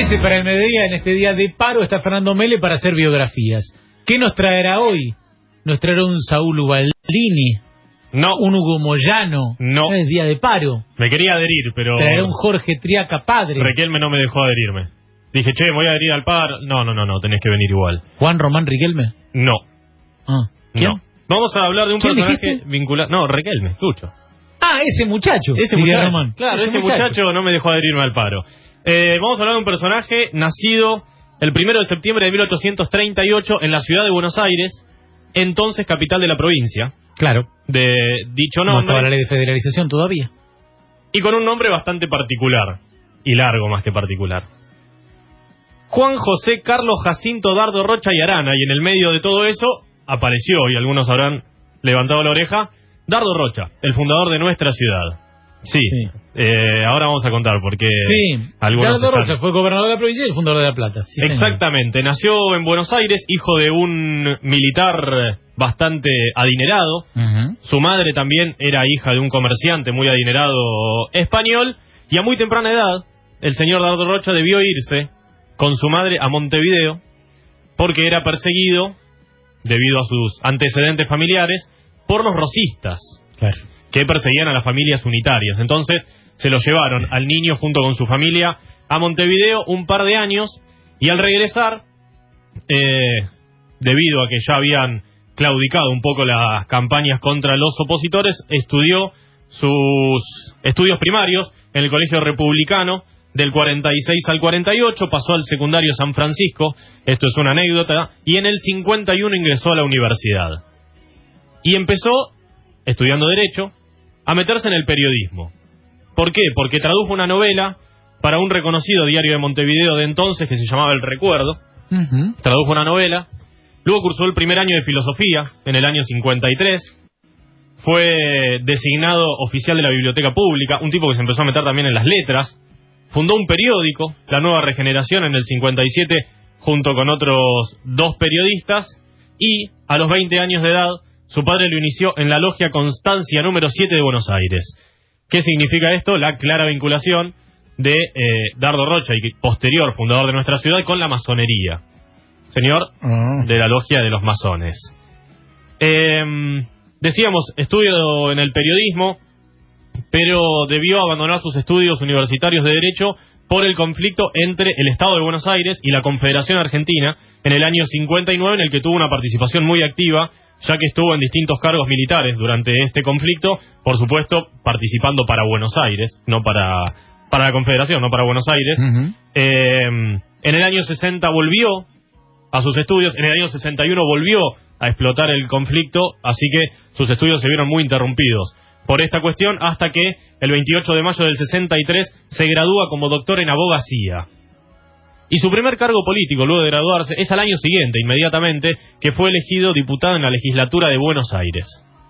13 para el mediodía, en este día de paro, está Fernando Mele para hacer biografías. ¿Qué nos traerá hoy? ¿Nos traerá un Saúl Ubaldini? No. ¿Un Hugo Moyano? No. Es día de paro. Me quería adherir, pero... ¿Traerá un Jorge Triaca padre? Riquelme no me dejó adherirme. Dije, che, voy a adherir al paro. No, tenés que venir igual. ¿Juan Román Riquelme? No. ¿Quién? No. Vamos a hablar de un personaje vinculado... No, Riquelme, Lucho. Ese muchacho. Ese muchacho. Román. Claro, ese muchacho no me dejó adherirme al paro. Vamos a hablar de un personaje nacido el 1 de septiembre de 1838 en la ciudad de Buenos Aires, entonces capital de la provincia. Claro. De dicho No nombre. estaba la ley de federalización todavía. Y con un nombre bastante particular. Y largo más que particular. Juan José Carlos Jacinto Dardo Rocha y Arana. Y en el medio de todo eso apareció, y algunos habrán levantado la oreja, Dardo Rocha, el fundador de nuestra ciudad. Sí. Ahora vamos a contar porque Dardo Rocha fue gobernador de la provincia y el fundador de La Plata. Sí, exactamente. Señor. Nació en Buenos Aires, hijo de un militar bastante adinerado. Su madre también era hija de un comerciante muy adinerado español. Y a muy temprana edad, el señor Dardo Rocha debió irse con su madre a Montevideo porque era perseguido, debido a sus antecedentes familiares, por los rosistas. Claro. Que perseguían a las familias unitarias. Entonces se lo llevaron al niño junto con su familia a Montevideo un par de años, y al regresar, debido a que ya habían claudicado un poco las campañas contra los opositores, estudió sus estudios primarios en el Colegio Republicano del 46 al 48, pasó al secundario San Francisco, esto es una anécdota, y en el 51 ingresó a la universidad. Y empezó, estudiando Derecho, a meterse en el periodismo. ¿Por qué? Porque tradujo una novela para un reconocido diario de Montevideo de entonces que se llamaba El Recuerdo. Tradujo una novela. Luego cursó el primer año de filosofía en el año 53. Fue designado oficial de la biblioteca pública, un tipo que se empezó a meter también en las letras. Fundó un periódico, La Nueva Regeneración, en el 57, junto con otros 2 periodistas. Y a los 20 años de edad, su padre lo inició en la logia Constancia número 7 de Buenos Aires. ¿Qué significa esto? La clara vinculación de Dardo Rocha, y posterior fundador de nuestra ciudad, con la masonería. Señor de la logia de los masones. Decíamos, estudio en el periodismo, pero debió abandonar sus estudios universitarios de Derecho por el conflicto entre el Estado de Buenos Aires y la Confederación Argentina en el año 59, en el que tuvo una participación muy activa, ya que estuvo en distintos cargos militares durante este conflicto, por supuesto participando para Buenos Aires, no para la Confederación, no para Buenos Aires. En el año 60 volvió a sus estudios, en el año 61 volvió a explotar el conflicto, así que sus estudios se vieron muy interrumpidos por esta cuestión, hasta que el 28 de mayo del 63 se gradúa como doctor en abogacía. Y su primer cargo político, luego de graduarse, es al año siguiente, inmediatamente, que fue elegido diputado en la legislatura de Buenos Aires.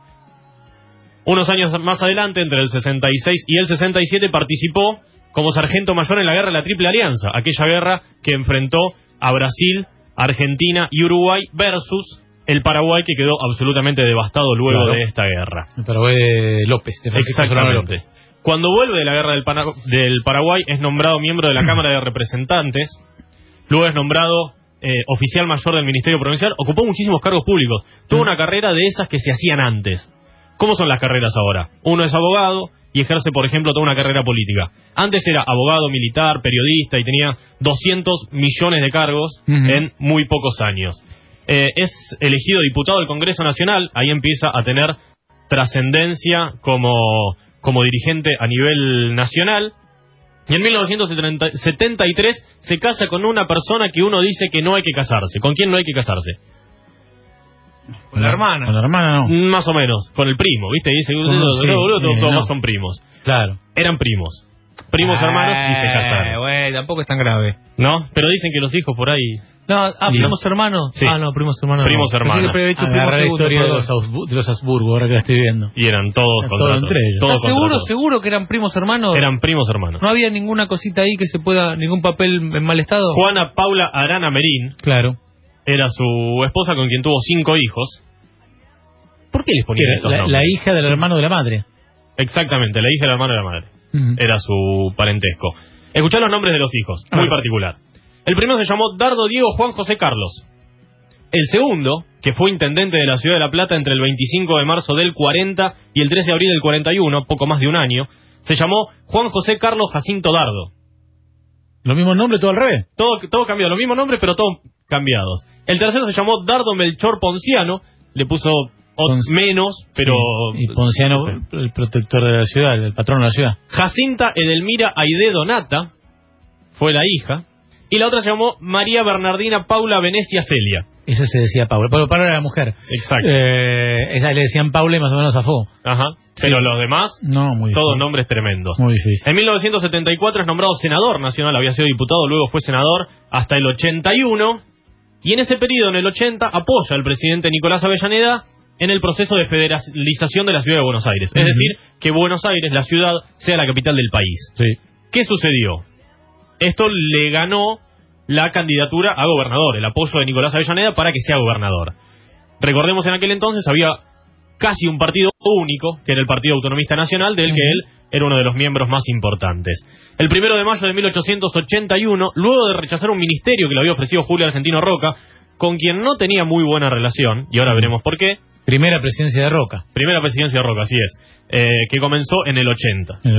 Unos años más adelante, entre el 66 y el 67, participó como sargento mayor en la guerra de la Triple Alianza, aquella guerra que enfrentó a Brasil, Argentina y Uruguay versus el Paraguay, que quedó absolutamente devastado luego de esta guerra. El Paraguay de López. Exactamente. Cuando vuelve de la guerra del Paraguay, es nombrado miembro de la Cámara de Representantes, luego es nombrado oficial mayor del Ministerio Provincial, ocupó muchísimos cargos públicos, tuvo una carrera de esas que se hacían antes. ¿Cómo son las carreras ahora? Uno es abogado y ejerce, por ejemplo, toda una carrera política. Antes era abogado, militar, periodista, y tenía 200 millones de cargos en muy pocos años. Es elegido diputado del Congreso Nacional, ahí empieza a tener trascendencia como dirigente a nivel nacional, y en 1973 se casa con una persona que uno dice que no hay que casarse. ¿Con quién no hay que casarse? Con la hermana. Con la hermana no. Más o menos, con el primo, ¿viste? Y dice, todos son primos. Claro. Eran primos hermanos, y se casaron. Bueno, tampoco es tan grave. ¿No? Pero dicen que los hijos por ahí... No, primos hermanos. Sí. No, primos hermanos. Primos hermanos. Agarra la historia de los Habsburgo, ahora que la estoy viendo. Y eran todos contra entre ellos. ¿Estás seguro que eran primos hermanos? Eran primos hermanos. ¿No había ninguna cosita ahí que se pueda, ningún papel en mal estado? Juana Paula Arana Merín. Claro. Era su esposa, con quien tuvo 5 hijos. ¿Por qué les ponían estos nombres? La hija del hermano de la madre. Exactamente, la hija del hermano de la madre. Era su parentesco. Escuchá los nombres de los hijos, muy particular. El primero se llamó Dardo Diego Juan José Carlos. El segundo, que fue intendente de la ciudad de La Plata entre el 25 de marzo del 40 y el 13 de abril del 41, poco más de un año, se llamó Juan José Carlos Jacinto Dardo. ¿Lo mismo nombre, todo al revés? Todo cambiado, los mismos nombres, pero todos cambiados. El tercero se llamó Dardo Melchor Ponciano, le puso menos, pero... Sí. Y Ponciano, el protector de la ciudad, el patrón de la ciudad. Jacinta Edelmira Aide Donata, fue la hija. Y la otra se llamó María Bernardina Paula Venecia Celia. Esa se decía Paula. Pero Paula era la mujer. Exacto. Esa le decían Paula y más o menos zafó. Ajá. Pero los demás, no, muy todos difícil. nombres tremendos. Muy difícil. En 1974 es nombrado senador nacional, había sido diputado, luego fue senador hasta el 81. Y en ese periodo, en el 80, apoya al presidente Nicolás Avellaneda en el proceso de federalización de la ciudad de Buenos Aires. Es decir, que Buenos Aires, la ciudad, sea la capital del país. Sí. ¿Qué sucedió? Esto le ganó la candidatura a gobernador, el apoyo de Nicolás Avellaneda para que sea gobernador. Recordemos, en aquel entonces había casi un partido único, que era el Partido Autonomista Nacional, del que él era uno de los miembros más importantes. El 1 de mayo de 1881, luego de rechazar un ministerio que le había ofrecido Julio Argentino Roca, con quien no tenía muy buena relación, y ahora veremos por qué. Primera presidencia de Roca. Primera presidencia de Roca, así es, que comenzó en el 80. En el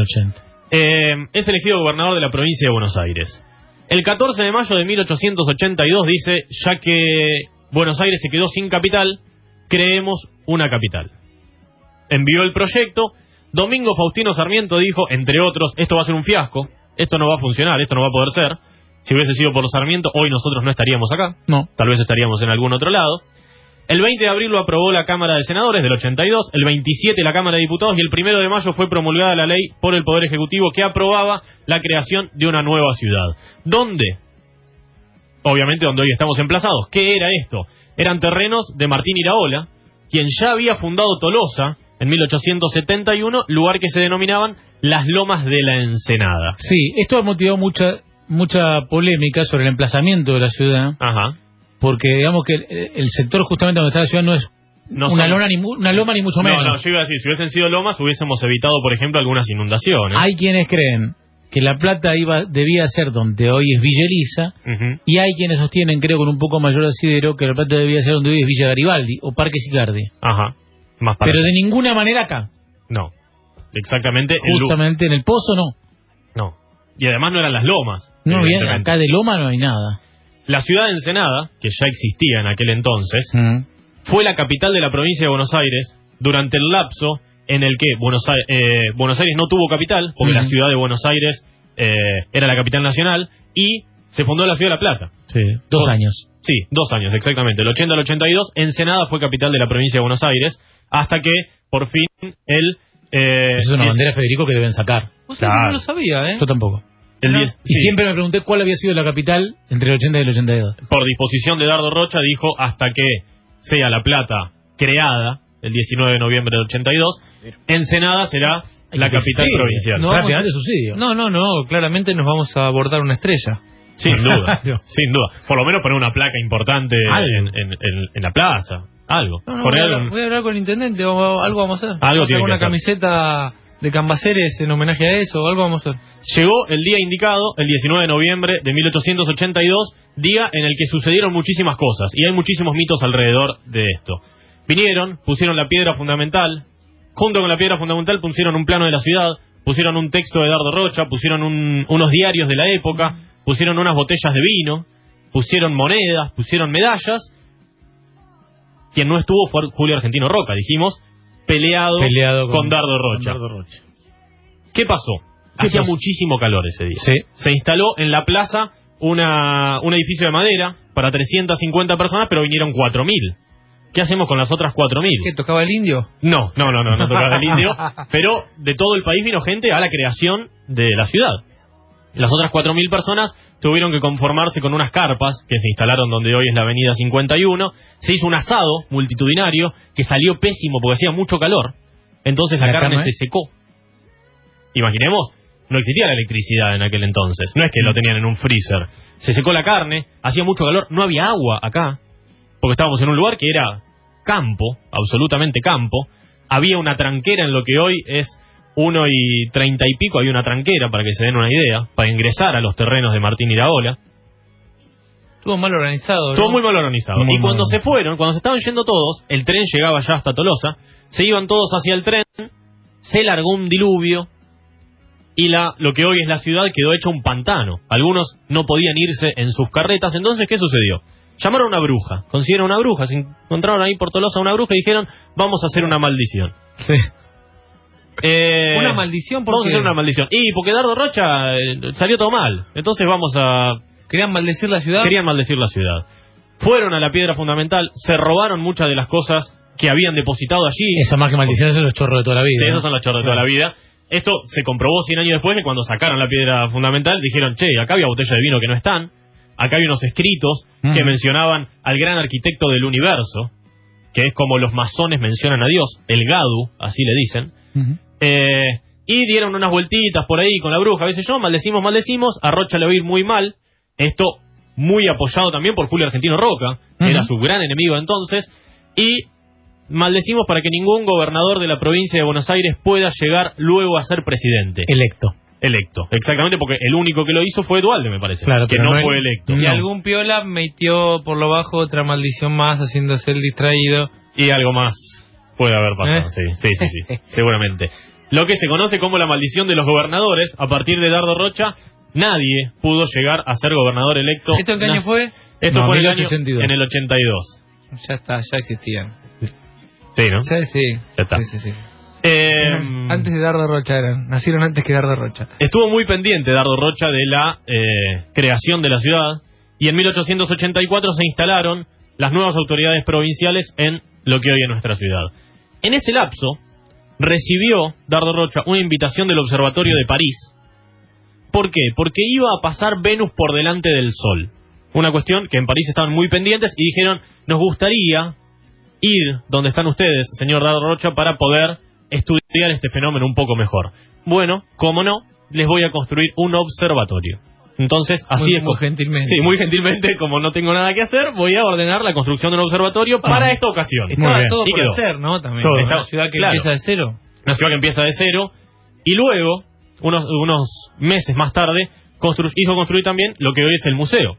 80. Es elegido gobernador de la provincia de Buenos Aires. El 14 de mayo de 1882 dice, ya que Buenos Aires se quedó sin capital, creemos una capital. Envió el proyecto. Domingo Faustino Sarmiento dijo, entre otros, esto va a ser un fiasco, esto no va a funcionar, esto no va a poder ser. Si hubiese sido por Sarmiento, hoy nosotros no estaríamos acá. No. Tal vez estaríamos en algún otro lado. El 20 de abril lo aprobó la Cámara de Senadores del 82, el 27 la Cámara de Diputados y el 1 de mayo fue promulgada la ley por el Poder Ejecutivo que aprobaba la creación de una nueva ciudad. ¿Dónde? Obviamente donde hoy estamos emplazados. ¿Qué era esto? Eran terrenos de Martín Iraola, quien ya había fundado Tolosa en 1871, lugar que se denominaban las Lomas de la Ensenada. Sí, esto ha motivado mucha polémica sobre el emplazamiento de la ciudad. Ajá. Porque digamos que el sector justamente donde está la ciudad no es una loma ni mucho menos. No, yo iba a decir, si hubiesen sido lomas hubiésemos evitado, por ejemplo, algunas inundaciones. Hay quienes creen que La Plata debía ser donde hoy es Villa Elisa, y hay quienes sostienen, creo con un poco mayor asidero, que La Plata debía ser donde hoy es Villa Garibaldi o Parque Sicardi. Ajá. Más para Pero de ninguna manera acá. No. Exactamente. Justamente en el Pozo no. No. Y además no eran las lomas. No, bien, acá de loma no hay nada. La ciudad de Ensenada, que ya existía en aquel entonces, fue la capital de la provincia de Buenos Aires durante el lapso en el que Buenos Aires no tuvo capital, porque la ciudad de Buenos Aires era la capital nacional, y se fundó la ciudad de La Plata. Sí, 2 años. Sí, 2 años, exactamente. El 80 al 82, Ensenada fue capital de la provincia de Buenos Aires, hasta que, por fin, Esa es una bandera, Federico, que deben sacar. No lo sabía, ¿eh? Yo tampoco. Y siempre me pregunté cuál había sido la capital entre el 80 y el 82. Por disposición de Dardo Rocha dijo, hasta que sea La Plata creada, el 19 de noviembre del 82, Ensenada será la capital provincial. Rápidamente subsidio. No, claramente nos vamos a abordar una estrella. Sin duda, sin duda. Por lo menos poner una placa importante en la plaza. Algo. Voy a hablar con el intendente o algo vamos a hacer. Algo tiene que una hacer. Camiseta de Cambaceres en homenaje a eso, o algo vamos a hacer. Llegó el día indicado, el 19 de noviembre de 1882, día en el que sucedieron muchísimas cosas, y hay muchísimos mitos alrededor de esto. Vinieron, pusieron la piedra fundamental, junto con la piedra fundamental pusieron un plano de la ciudad, pusieron un texto de Dardo Rocha, pusieron unos diarios de la época, pusieron unas botellas de vino, pusieron monedas, pusieron medallas. Quien no estuvo fue Julio Argentino Roca, dijimos, peleado con Dardo Rocha. ¿Qué pasó? Hacía muchísimo calor ese día. Sí. Se instaló en la plaza un edificio de madera para 350 personas, pero vinieron 4.000. ¿Qué hacemos con las otras 4.000? ¿Qué, tocaba el indio? No tocaba el indio, pero de todo el país vino gente a la creación de la ciudad. Las otras 4.000 personas tuvieron que conformarse con unas carpas que se instalaron donde hoy es la avenida 51. Se hizo un asado multitudinario que salió pésimo porque hacía mucho calor. Entonces la carne se secó. Imaginemos, no existía la electricidad en aquel entonces. No es que lo tenían en un freezer. Se secó la carne, hacía mucho calor, no había agua acá, porque estábamos en un lugar que era campo, absolutamente campo. Había una tranquera en lo que hoy es 1:30 y pico, había una tranquera, para que se den una idea, para ingresar a los terrenos de Martín Iraola. Estuvo mal organizado, ¿no? Estuvo muy mal organizado. Y cuando se fueron, cuando se estaban yendo todos, el tren llegaba ya hasta Tolosa, se iban todos hacia el tren, se largó un diluvio, y lo que hoy es la ciudad quedó hecha un pantano. Algunos no podían irse en sus carretas. Entonces, ¿qué sucedió? Llamaron a una bruja, consiguieron una bruja, se encontraron ahí por Tolosa una bruja y dijeron, vamos a hacer una maldición. Sí. ¿Una maldición? Vamos a hacer una maldición. Y porque Dardo Rocha salió todo mal. Entonces ¿Querían maldecir la ciudad? Querían maldecir la ciudad. Fueron a la piedra fundamental, se robaron muchas de las cosas que habían depositado allí. Esa más que maldición, esos son los chorros de toda la vida. Sí, ¿no? esos son los chorros de toda la vida. Esto se comprobó 100 años después, que cuando sacaron la piedra fundamental dijeron, che, acá había botellas de vino que no están, acá había unos escritos que mencionaban al gran arquitecto del universo, que es como los masones mencionan a Dios, el Gadu, así le dicen. Y dieron unas vueltitas por ahí con la bruja, a veces maldecimos, a Rocha le va a ir muy mal, esto muy apoyado también por Julio Argentino Roca, que era su gran enemigo entonces, y maldecimos para que ningún gobernador de la provincia de Buenos Aires pueda llegar luego a ser presidente. Electo, exactamente, porque el único que lo hizo fue Duhalde, me parece, claro, que no fue electo. Y algún piola metió por lo bajo otra maldición más, haciéndose el distraído. Y algo más puede haber pasado, sí, seguramente. Lo que se conoce como la maldición de los gobernadores, a partir de Dardo Rocha, nadie pudo llegar a ser gobernador electo. ¿Esto en qué año fue? Esto fue en el 82. Ya está, ya existían. Sí, ¿no? Sí. Ya está. Sí. Antes de Dardo Rocha nacieron antes que Dardo Rocha. Estuvo muy pendiente Dardo Rocha de la creación de la ciudad, y en 1884 se instalaron las nuevas autoridades provinciales en lo que hoy es nuestra ciudad. En ese lapso recibió Dardo Rocha una invitación del Observatorio de París. ¿Por qué? Porque iba a pasar Venus por delante del Sol. Una cuestión que en París estaban muy pendientes y dijeron, nos gustaría ir donde están ustedes, señor Dardo Rocha, para poder estudiar este fenómeno un poco mejor. Bueno, cómo no, les voy a construir un observatorio. Entonces, así muy gentilmente. Sí, muy gentilmente, como no tengo nada que hacer, voy a ordenar la construcción de un observatorio para esta ocasión. Estaba todo por hacer, ¿no? También. Todo. Una ciudad que empieza de cero. Una ciudad que empieza de cero. Y luego, unos meses más tarde, hizo construir también lo que hoy es el museo.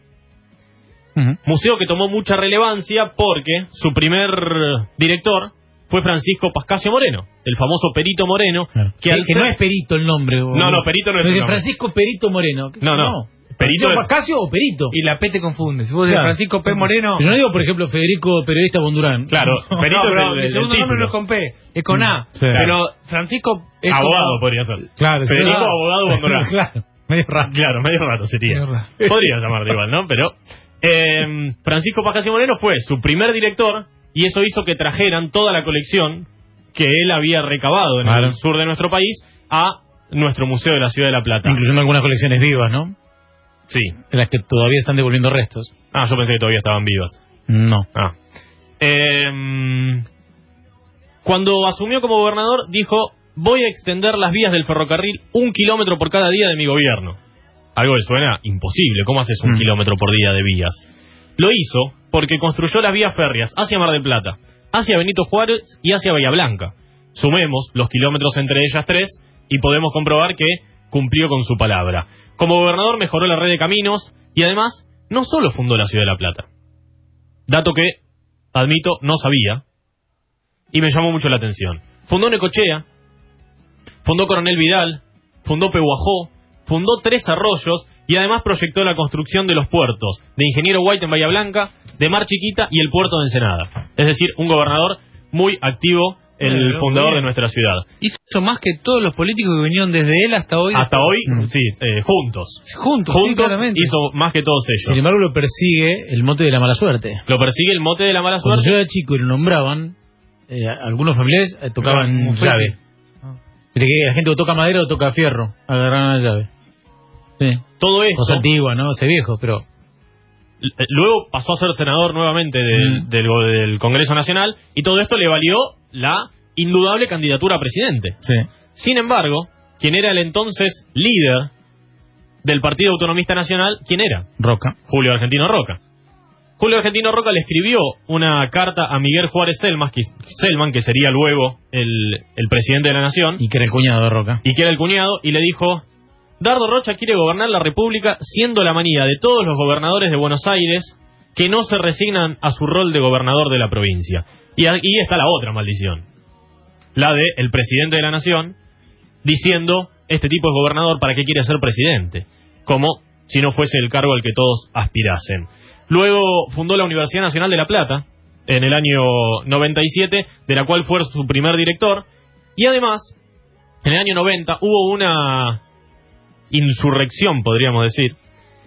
Museo que tomó mucha relevancia porque su primer director fue Francisco Pascasio Moreno, el famoso Perito Moreno. Claro. Que no es Perito el nombre. No, Perito no es el nombre. Francisco Perito Moreno. No. ¿Perito Pascasio o Perito? Y la P te confunde. Si vos decís Francisco P. Moreno... Yo no digo, por ejemplo, Federico Periodista Bondurán. Claro, Perito pero es el segundo nombre no es con P, es con A. Sí. Pero Francisco es abogado podría ser. Claro, Federico Abogado Bondurán. Claro, medio raro sería. Podría llamarlo igual, ¿no? Pero Francisco Pascasio Moreno fue su primer director, y eso hizo que trajeran toda la colección que él había recabado en el sur de nuestro país a nuestro museo de la Ciudad de La Plata. Incluyendo algunas colecciones vivas, ¿no? Sí. De las que todavía están devolviendo restos. Yo pensé que todavía estaban vivas. No. Cuando asumió como gobernador, dijo, voy a extender las vías del ferrocarril 1 kilómetro por cada día de mi gobierno. Algo que suena imposible. ¿Cómo haces 1 kilómetro por día de vías? Lo hizo porque construyó las vías férreas hacia Mar del Plata, hacia Benito Juárez y hacia Bahía Blanca. Sumemos los kilómetros entre ellas tres y podemos comprobar que cumplió con su palabra. Como gobernador mejoró la red de caminos y además no solo fundó la Ciudad de La Plata. Dato que, admito, no sabía y me llamó mucho la atención. Fundó Necochea, fundó Coronel Vidal, fundó Pehuajó, fundó 3 arroyos y además proyectó la construcción de los puertos de Ingeniero White en Bahía Blanca, de Mar Chiquita y el puerto de Ensenada. Es decir, un gobernador muy activo, el fundador de nuestra ciudad. Hizo más que todos los políticos que vinieron desde él hasta hoy. Hasta hoy, sí, juntos hizo más que todos ellos. Sin embargo, lo persigue el mote de la mala suerte. Lo persigue el mote de la mala suerte. Cuando yo era chico y lo nombraban, algunos familiares tocaban llave. Que la gente o toca madera o toca fierro, agarraban la llave. Sí. Todo esto. Cosa antigua, ¿no? Ese viejo, pero... Luego pasó a ser senador nuevamente del Congreso Nacional, y todo esto le valió la indudable candidatura a presidente. Sí. Sin embargo, quien era el entonces líder del Partido Autonomista Nacional, ¿quién era? Roca. Julio Argentino Roca. Julio Argentino Roca le escribió una carta a Miguel Juárez Celman, que sería luego el presidente de la Nación. Y que era el cuñado de Roca. Y que era el cuñado, y le dijo: Dardo Rocha quiere gobernar la República siendo la manía de todos los gobernadores de Buenos Aires que no se resignan a su rol de gobernador de la provincia. Y ahí está la otra maldición. La de el presidente de la Nación diciendo: este tipo es gobernador, ¿para qué quiere ser presidente? Como si no fuese el cargo al que todos aspirasen. Luego fundó la Universidad Nacional de La Plata en el año 97, de la cual fue su primer director. Y además, en el año 90 hubo una insurrección, podríamos decir,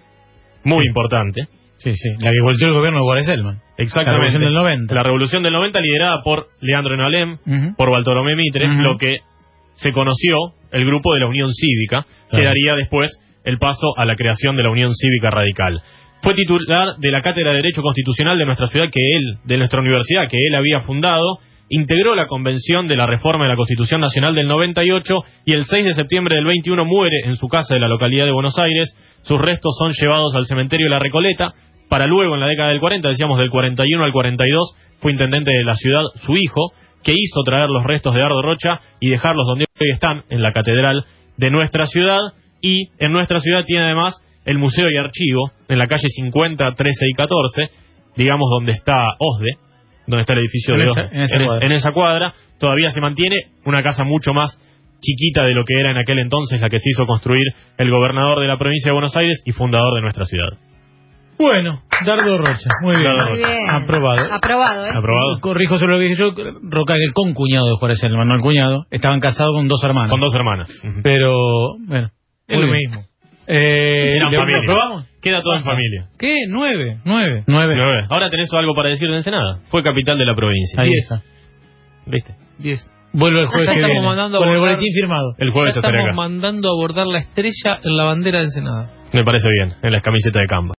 muy importante. Sí, la que volteó el gobierno de Juárez Celman. Exactamente. La Revolución del 90. La Revolución del 90, liderada por Leandro Enalem, por Bartolomé Mitre, lo que se conoció el grupo de la Unión Cívica, que daría después el paso a la creación de la Unión Cívica Radical. Fue titular de la Cátedra de Derecho Constitucional de nuestra ciudad, de nuestra universidad, que él había fundado. Integró la Convención de la Reforma de la Constitución Nacional del 98 y el 6 de septiembre del 21 muere en su casa de la localidad de Buenos Aires. Sus restos son llevados al cementerio de La Recoleta, para luego, en la década del 40, decíamos del 41 al 42, fue intendente de la ciudad su hijo, que hizo traer los restos de Dardo Rocha y dejarlos donde hoy están, en la catedral de nuestra ciudad. Y en nuestra ciudad tiene además el Museo y Archivo, en la calle 50, 13 y 14, digamos donde está OSDE, donde está el edificio de OSDE, en esa cuadra, todavía se mantiene una casa mucho más chiquita de lo que era en aquel entonces la que se hizo construir el gobernador de la provincia de Buenos Aires y fundador de nuestra ciudad. Bueno, Dardo Rocha, muy bien. Muy bien. Aprobado. Aprobado. Corrijo sobre lo que dije yo, Roca, el concuñado de Juárez Celman, no el cuñado, estaban casados con dos hermanas. Con dos hermanas. Pero, bueno, es lo mismo. Eran familia. ¿Probamos? Queda todo en familia. ¿Qué? 9. Ahora tenés algo para decir de Ensenada. Fue capital de la provincia. Ahí está. ¿Viste? 10. Vuelve el jueves que viene, con el boletín firmado. El jueves estaré acá. Estamos mandando a bordar la estrella en la bandera de Ensenada. Me parece bien, en las camisetas de Canva.